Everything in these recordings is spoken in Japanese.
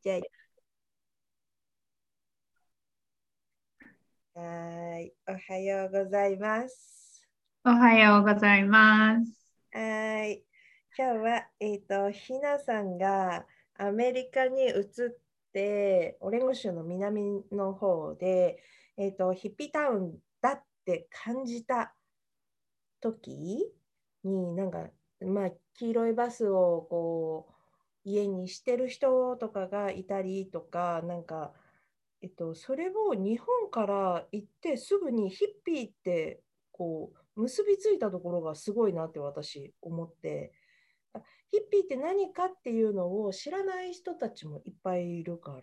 じゃあ、おはようございます。 おはようございます。 今日は、ひなさんがアメリカに移って、オレゴン州の南の方で、ヒッピータウンだって感じた時に、黄色いバスを家にしてる人とかがいたりとか、それを日本から行ってすぐにヒッピーって結びついたところがすごいなって私思って、ヒッピーって何かっていうのを知らない人たちもいっぱいいるから、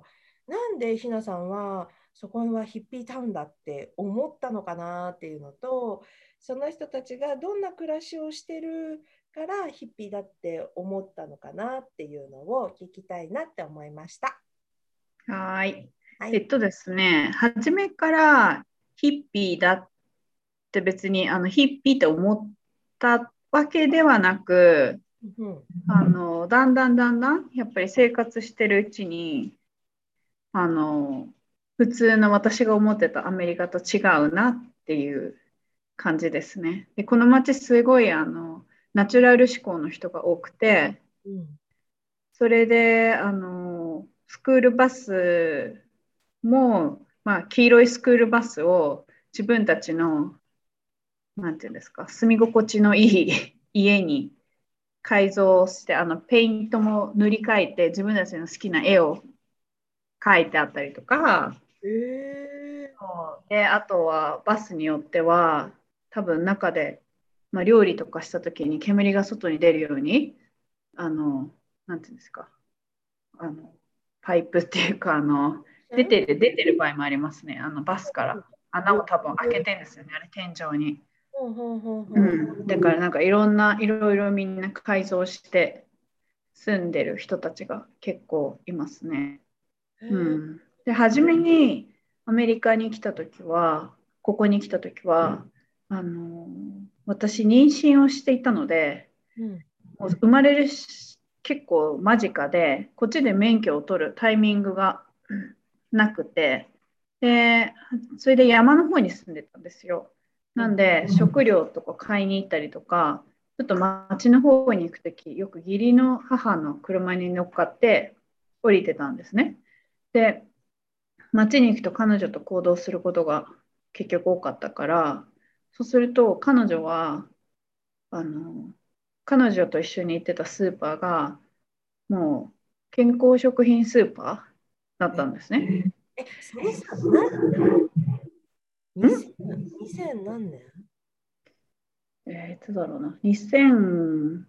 なんでひなさんはそこはヒッピータウンだって思ったのかなっていうのと、その人たちがどんな暮らしをしてるからヒッピーだって思ったのかなっていうのを聞きたいなって思いました。 はい。 はい。 ですね、初めからヒッピーだって別にヒッピーって思ったわけではなく、 うん。 だんだんやっぱり生活してるうちに、あの、普通の私が思ってたアメリカと違うなっていう感じですね。で、この街すごいナチュラル思考の人が多くて、 うん。 それで、スクールバスも、まあ、黄色いスクールバスを自分たちの、なんていうんですか、住み心地のいい家に改造して、ペイントも塗り替えて、自分たちの好きな絵を描いてあったりとか、そうで、あとはバスによっては、多分中で、まあ、料理とかした時に煙が外に出るように、あの、なんていうんですか、あの、パイプっていうか、出てる場合もありますね。バスから。穴を多分開けてるんですよね、あれ、天井に。 ほうほうほううほん。だからなんかいろいろみんな改造して住んでる人たちが結構いますね。 う。 うん。で、初めにアメリカに来たときは、ここに来たときは、私、妊娠をしていたので、 うん。 もう生まれる結構間近で、こっちで免許を取るタイミングがなくて、で、それで山の方に住んでたんですよ。 うん。 なんで、食料とか買いに行ったりとか、ちょっと町の方に行くとき、よく義理の母の車に乗っかって降りてたんですね。で、街に行くと彼女と行動することが結局多かったから、そうすると彼女は、あの、彼女と一緒に行ってたスーパーが、もう健康食品スーパーだったんですね。 それさ、2000、2000何年？ いつだろうな。2005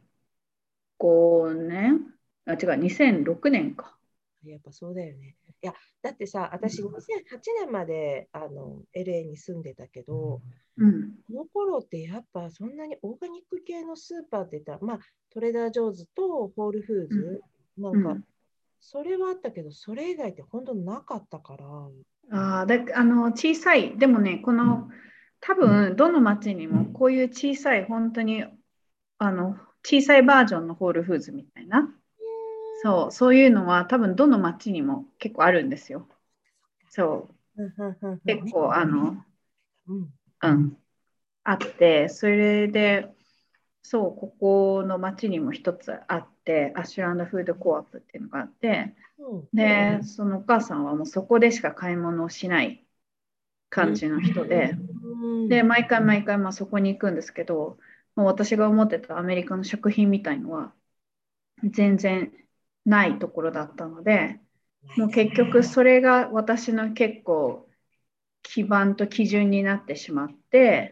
年あ、違う、2006年か。 やっぱそうだよね。いや、だってさ、私2008年までLA に住んでたけど、 うん。 この頃ってやっぱそんなにオーガニック系のスーパーって言ったら、まあ、トレーダー・ジョーズとホールフーうん。 ズ、 うん。 それはあったけど、それ以外って本当なかったから。 小さい、でもね、多分、どの町にも、こういう小さい、本当に、小さいバージョンのホールフーズみたいな、そういうのは、多分、どの町にも結構あるんですよ。そう、 うんうんうんうんね。 結構、 うん。 うん、あって、それで、そう、ここの町にも一つあって、アッシュフードコアップっていうのがあって、 うんで、そのお母さんはもうそこでしか買い物をしないうん感じの人で、で、 うん毎回毎回まあそこに行くんですけど、もう私が思ってたアメリカの食品みたいのは全然ないところだったので、もうないだろ結局それが私の結構基盤と基準になってしまって、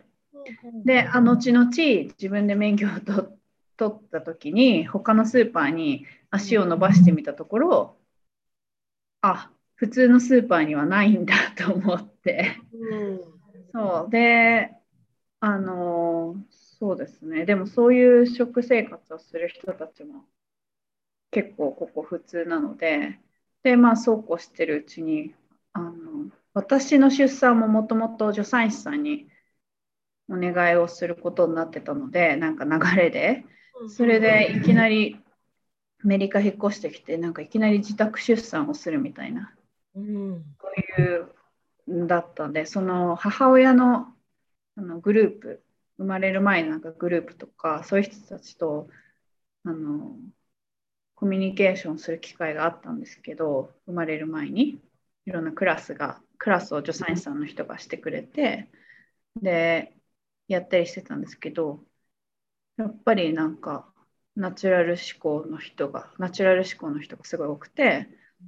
う。うんうんで、後々自分で免許を取った時に他のスーパーにうん。 足を伸ばしてみたところ、あ、普通のスーパーにはないんだと思って、 うんそうで、そうですね。でもそういう食生活をする人たちも結構ここ普通なので、で、まあそうこうしてるうちに、私の出産ももともと助産師さんにお願いをすることになってたので、なんか流れで、それうんでいきなりアメリカ引っ越してきて、なんかいきなり自宅出産をするみたいな、 うん。 そういうだったんで、その母親の、あのグループ、生まれる前のなんかグループとか、そういう人たちとあのコミュニケーションする機会があったんですけど、生まれる前に、いろんなクラスを助産師さんの人がしてくれて、で、やったりしてたんですけど、やっぱりなんか、ナチュラル思考の人がすごい多くて、 うん。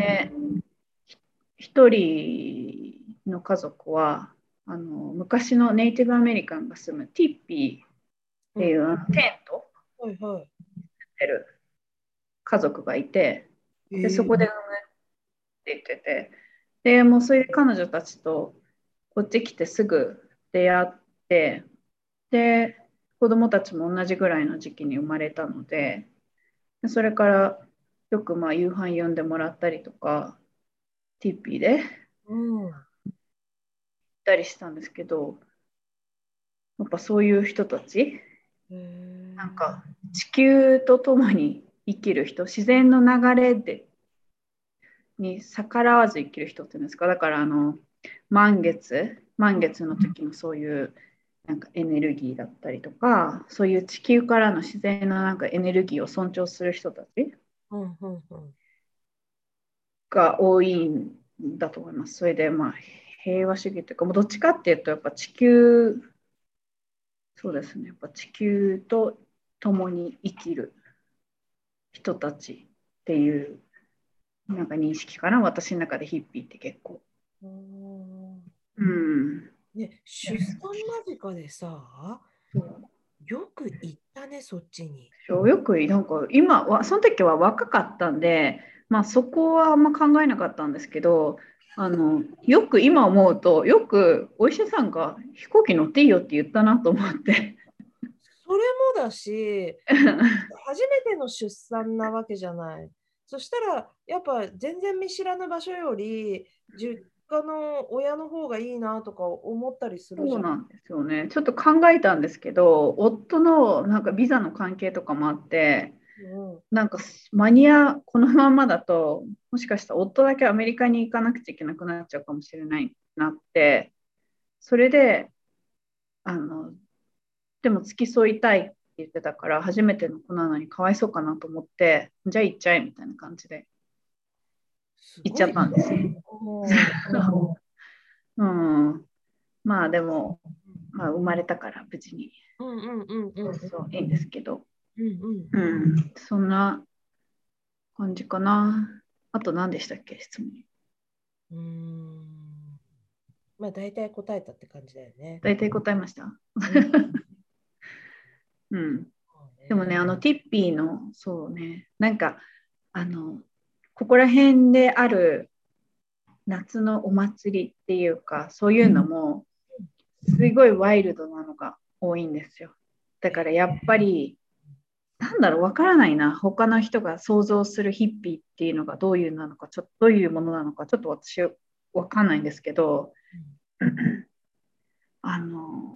で、一人の家族は、昔のネイティブアメリカンが住むティッピーっていうん。 うテントはいはてる家族がいて、 い。 で、そこで産むって言ってて、で、もうそれで彼女たちとこっち来てすぐ出会って、で、子供たちも同じぐらいの時期に生まれたので、それからよくまあ夕飯呼んでもらったりとか、ティッピーで行っうん。 たりしたんですけど、やっぱそういう人たち、 へえ。 なんか地球と共に生きる人、自然の流れに逆らわず生きる人っていうんですか、だから満月の時のそういうなんかエネルギーだったりとか、そういう地球からの自然のなんかエネルギーを尊重する人たちうんうんうん。 が多いんだと思います。それでまあ平和主義というか、もうどっちかっていうとやっぱ地球、そうですね、やっぱ地球と共に生きる人たちっていうなんか認識かな、私の中でヒッピーって結構。 うん。 うん。 ね、出産間近でさ、 そうよく行ったね、そっちに。 よくなんか今はその時は若かったんで、まあ、そこはあんま考えなかったんですけど、よく今思うとよくお医者さんが飛行機乗っていいよって言ったなと思って。 それもだし、初めての出産なわけじゃない。そしたら、やっぱ全然見知らぬ場所より、実家の親の方がいいなとか思ったりするじゃん。 そうなんですよね。ちょっと考えたんですけど、夫のなんかビザの関係とかもあって、 うん。 なんかこのままだと、もしかしたら夫だけアメリカに行かなくちゃいけなくなっちゃうかもしれないなって、それで、あの、でも付き添いたいって言ってたから、初めての子なのにかわいそうかなと思って、じゃあ行っちゃえみたいな感じで行っちゃっすごい。 たんですよ。 うん。 うん、まあでも、まあ、生まれたから無事に、 うんうんうんうんうんそういいんですけど、 うんうん、そんな感じかな。あと何でしたっけ、質問。 うん。まあ大体答えたって感じだよね。 大体答えました。 うん。 うん。 そうでもね、 ね。 ティッピーの、そうね、なんか、あの、ここら辺である夏のお祭りっていうか、そういうのも、すごいワイルドなのが多いんですよ。だからやっぱり、なんだろう、わからないな。他の人が想像するヒッピーっていうのがどういうなのか、どういうものなのか、ちょっと私わかんないんですけど、あの、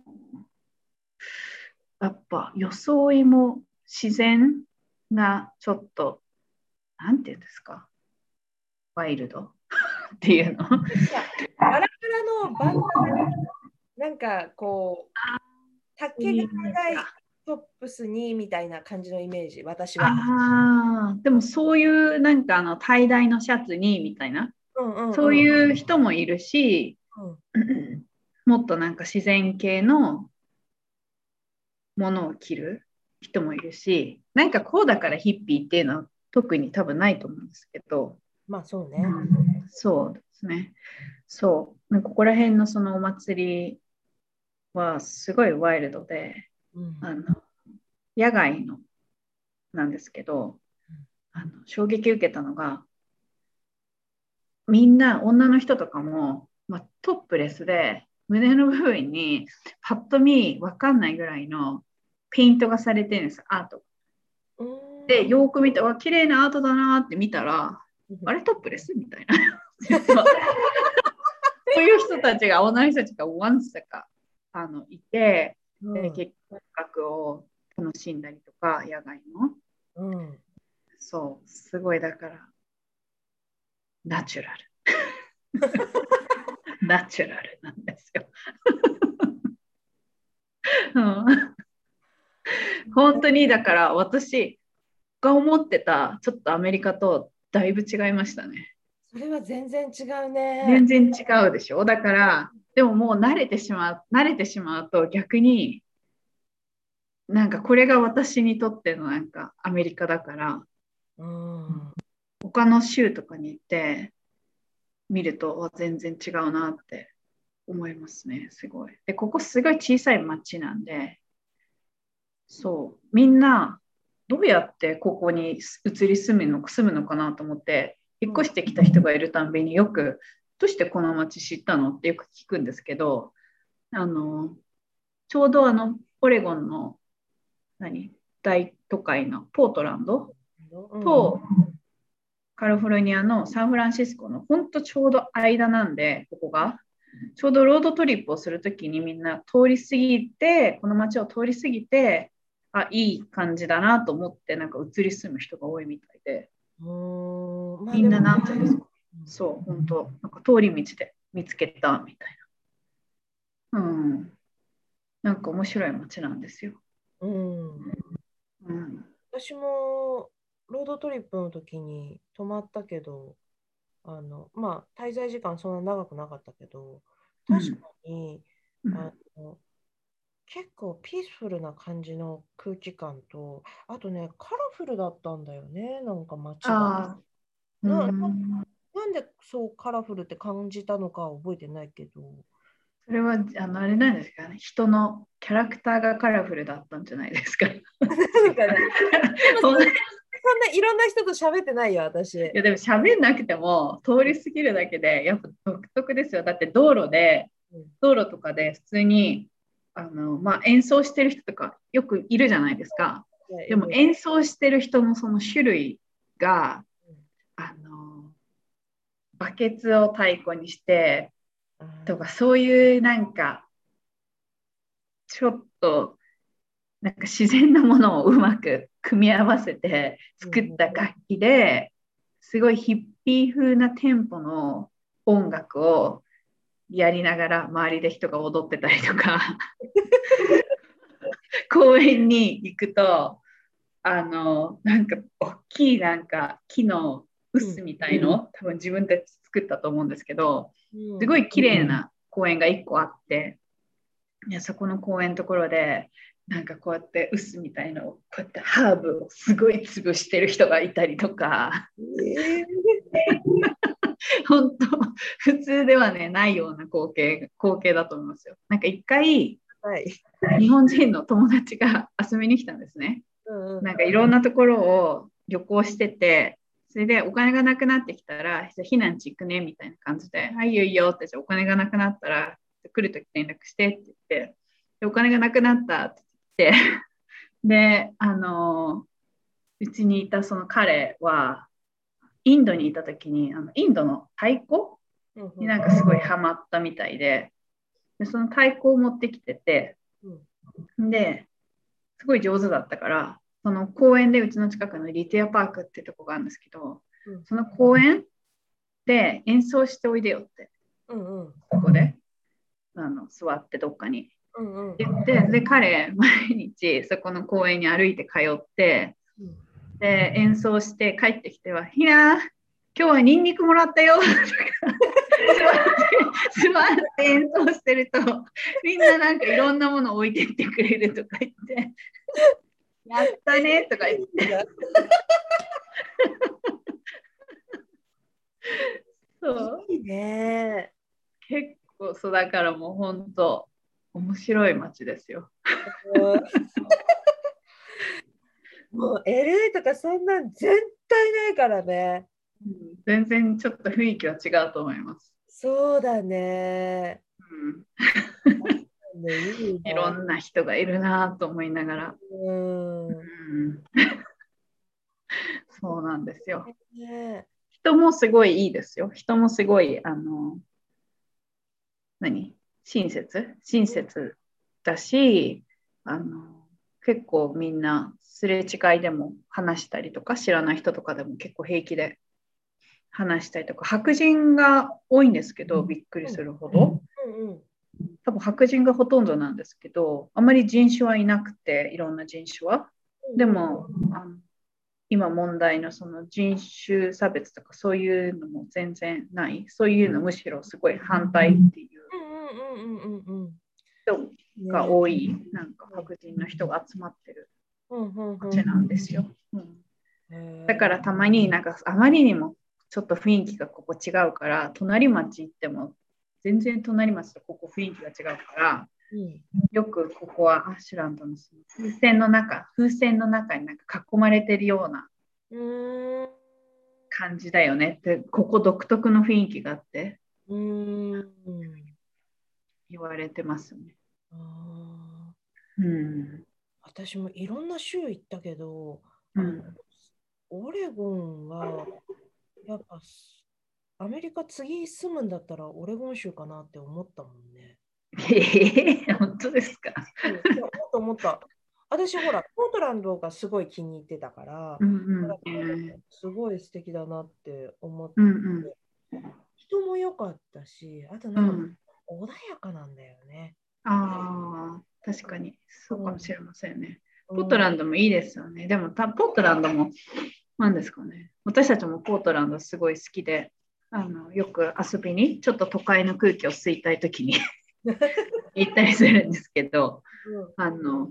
やっぱ装いも自然な、ちょっと、なんていうんですか、ワイルドっていうの。 さ、バラバラのバンダナ、なんかこう、 そういう丈がイメージか。 長いトップスにみたいな感じのイメージ、私は。 ああ、でもそういうなんかタイダイのシャツにみたいな、 うんうんそううんいう人もいるし、 うん。 もっとなんか自然系のものを着る人もいるし、なんかこうだからヒッピーっていうのは特に多分ないと思うんですけど、 まあそううね。 ん、そうですね。そう。ここら辺のそのお祭りはすごいワイルドで、 うん。 あの野外のなんですけど、衝撃受けたのが、みんな女の人とかも、まあ、トップレスで胸の部分にパッと見わかんないぐらいのペイントがされてるんです、アート。 うーで、 ん。 よく見て、わ、綺麗なアートだなって見たら、あれトップレスみたいな。実はそういう人たちが、女の人たちがワンサかいて、で、 うん。 結構音楽を楽しんだりとか、野外の。 うん。 そう、すごいだから、ナチュラル。ナチュラルなんですよ。うん、本当にだから私が思ってたちょっとアメリカとだいぶ違いましたね。 それは全然違うね。 全然違うでしょ。だから、でももう慣れてしまうと逆になんかこれが私にとってのなんかアメリカだから、 うん。 他の州とかに行って見ると全然違うなって思いますね。すごい。で、ここすごい小さい町なんで、そう、みんなどうやってここに移り住むのかなと思って、引っうん。 越してきた人がいるたんびによく、どうしてこの町知ったのってよく聞くんですけど、あの、ちょうどオレゴンの大都会のポートランドうん。 とカリフォルニアのサンフランシスコの本当ちょうど間なんで、ここが。ちょうどロードトリップをするときにみんな通り過ぎて、この街を通り過ぎて、あ、いい感じだなと思って、なんか移り住む人が多いみたいで、 まあでも、 みんななんていうんですか、そう、本当なんか通り道で見つけたみたいな。うん。なんか面白い街なんですよ。 うん。 うん。 私もロードトリップの時に泊まったけど、まあ、滞在時間そんな長くなかったけど、確かうん。 に、あうん。 の、結構ピースフルな感じの空気感と、あとね、カラフルだったんだよね、なんか街が。 ああ、うな、な、 ん。 なんでそうカラフルって感じたのかは覚えてないけど。 それは、あれなんですかね。人のキャラクターがカラフルだったんじゃないですか。 なのかな。でもほんいそんないろんな人と喋ってないよ、私。 やでも喋んなくても通り過ぎるだけでやっぱ独特ですよ。だってうん。 道路とかで普通にまあ、演奏してる人とかよくいるじゃないですか。でもいる。 演奏してる人のその種類がうん。 あのバケツを太鼓にしてあとかそういうなんかちょっとなんか自然なものをうまく組み合わせて作っうん。 た楽器ですごいヒッピー風なテンポの音楽をやりながら周りで人が踊ってたりとか公園に行くとなんか大きいなんか木のうん。 臼みたいの多分自分たち作ったと思うんですけどうん。 すごい綺麗な公園が1個あっていやそこの公園のところでなんかこうやって臼みたいのをこうやってハーブをすごい潰してる人がいたりとか本当普通ではねないような光景だと思いますよ。なんか一回はい。 日本人の友達が遊びに来たんですね。 うんうん。 なんかいろんなところを旅行しててそれでお金がなくなってきたら避難地行くねみたいな感じではいいよいいよってじゃあお金がなくなったら来るとき連絡してって言ってでお金がなくなったって言ってでうちにいたその彼はインドにいた時にインドの太鼓うんうん。 になんかすごいハマったみたいでその太鼓を持ってきててうん。 ですごい上手だったからその公園でうちの近くのリティアパークっていうとこがあるんですけどうん。 その公園で演奏しておいでよってうんうん。 ここで座ってどっかにうんうん。 言ってで彼毎日そこの公園に歩いて通ってうん。 で演奏して帰ってきては「ひな今日はニンニクもらったよ」とか座って演奏してるとみんななんかいろんなもの置いてってくれるとか言ってやったねとか言ってそういいね。 結構そうだからもう本当面白い街ですよ、 うん。もう LA とかそんなん絶対ないからね。 うん、全然ちょっと雰囲気は違うと思います、 そうだね。 うん、 ね、いいいろな。 んな人がいるなと思いながら、 うん。 うん、そうなんですよ。 ね。 人もすごいいいですよ。人もすごい、何親切だし、あの、 結構みんなすれ違いでも話したりとか、知らない人とかでも結構平気で話したりとか、白人が多いんですけど、びっくりするほど。 うんうん。 多分白人がほとんどなんですけど、あまり人種はいなくて、いろんな人種は。でも、今問題のその人種差別とかそういうのも全然ない。そういうのむしろすごい反対っていううんうんうんうんうん人うん。 がね多い、なんか白人の人が集まってるうんうんうん。 街なんですよ。だかへらたまになんかあまりにもちょっと雰囲気がここ違うから、隣町行っても全然隣町とここ雰囲気が違うから、 うんよくここはアシュランドのその風船の中になんか囲まれてるようなうーん感じだよねって、ここ独特の雰囲気があってうーん。 言われてますね。 あーうん。 私もいろんな州行ったけど、あの、 うん。 オレゴンは、やっぱ、次住むんだったらオレゴン州かなって思ったもんね。 本当ですか？ うん、いや、思った。私、ほら、ポートランドがすごい気に入ってたから、 うんだからうん。 すごい素敵だなって思っうんうてて、 ん。 人も良かったし、あとなんか、 うん。 穏やかなんだよね。 ああ、確かにそうかうん、 もしれませんね。ポートうん、 ランドもいいですよね。でもポートランドも何ですかね。私たちもポートランドすごい好きで、よく遊びに、ちょっと都会の空気を吸いたいときに行ったりするんですけど、 うん、 あの、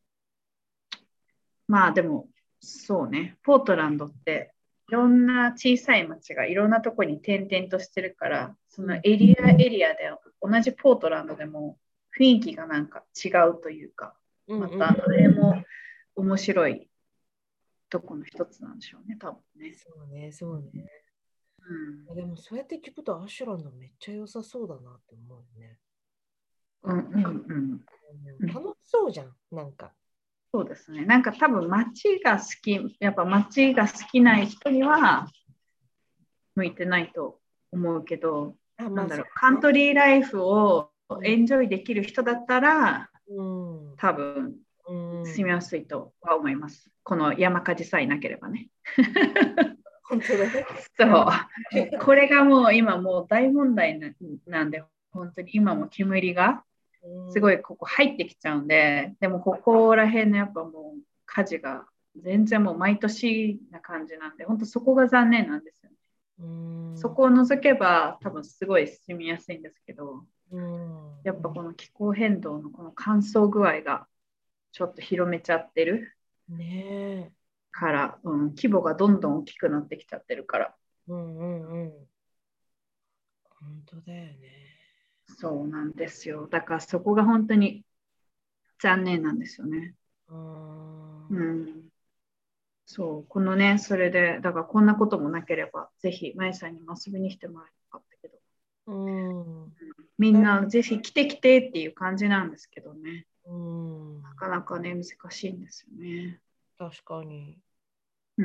まあでも、そうね、ポートランドっていろんな小さい町がいろんなとこに転々としてるから、そのうん、 エリアで同じポートランドでも雰囲気がなんか違うというか、 うん、うん。 またあれも面白いとこの一つなんでしょうね、多分ね。 そうね、そうね。 うん、 でも、そうやって聞くと、アシュランドめっちゃ良さそうだなって思うよね。 うんうんうんうん、 楽しそうじゃん、なんか。 そうですね。なんか多分やっぱ街が好きな人には向いてないと思うけど、 あ、まあ、そなんだろう、カントリーライフをう。 エンジョイできる人だったら、 うん、うん、 多分うん。 住みやすいとは思います。この山火事さえなければね。 本当だね。 そう。 山。 もうこれがもう今もう大問題なんで、本当に今も煙がすごうん、 いここ入ってきちゃうんで、でもここら辺のやっぱもう火事が全然もう毎年な感じなんで、本当そこが残念なんですよね。 うん、 そこを除けば多分すごい住みやすいんですけど、 うん。 やっぱこの気候変動のこの乾燥具合がちょっと広めちゃってるねえ。 から、規模がどんどん大きくなってきちゃってるから、 うんうんうん。本当だよね。 そうなんですよ。だからそこが本当に残念なんですよね。 あーうん。そう、このね、それで、だからこんなこともなければ、ぜひ、まゆさんにも遊びに来てもらいたかったけど、 うん。 みんだ、 なぜひ来て来てっていう感じなんですけどね、 うん。 なかなかね、難しいんですよね。 確かに。 うん。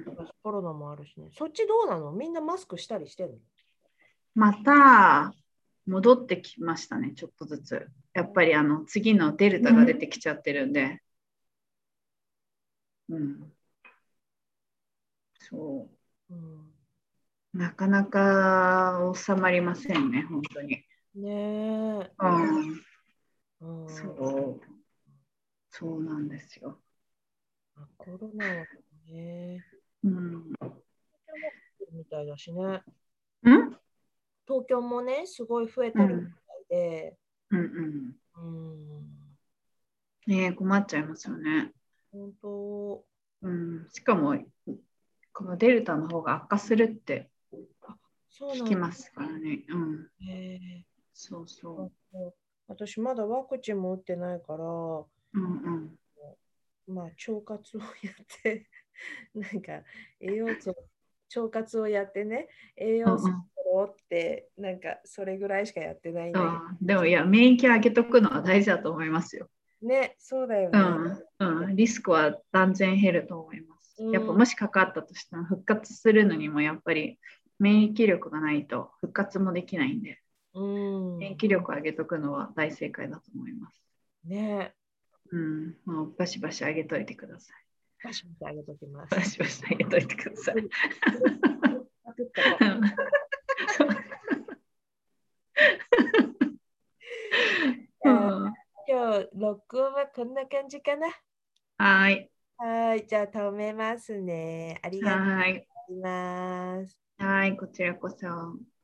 コロナもあるしね。そっちどうなの？みんなマスクしたりしてんの？ また、戻ってきましたね、ちょっとずつ。やっぱり次のデルタが出てきちゃってるんで、うん、そうん。 う、なかなか収まりませんね、本当に。 ねえ。 うん、 うん。 そう、そうなんですよ。 コロナはね、 うん、 東京も増えてるみたいだしね。 うん東京もね、すごい増えてるみうん、 たいで。 うん、 うん。 ねえ、困っちゃいますよね。 本当。 うん、しかも、このデルタの方が悪化するってあ、そう聞なんだきますからね。うん、 ね。 そうそうんうん私まだワクチンも打ってないから、 う。うんうん。 まあ、腸活をやってなんか栄養素、腸活をやってね、栄養素をうんうん。 取ろうって、なんかそれぐらいしかやってないんだけでもいや、免疫上げとくのは大事だと思いますよ。 ど。ね、そうだよね。 うんうん、リスクは断然減ると思います。やっぱうん、 もしかかったとしても復活するのにもやっぱり免疫力がないと復活もできないんで、 うん、 免疫力上げとくのは大正解だと思います。 ね、 うん、もうバシバシ上げといてください。 バシバシあげときまバす。 シバシ上げといてください。 作っとこう。 うあ、 ん、 今日、録音はこんな感じかな。 はい。 はい、じゃあ止めますね。ありがとうはい。 ございます。 はい。こちらこそ。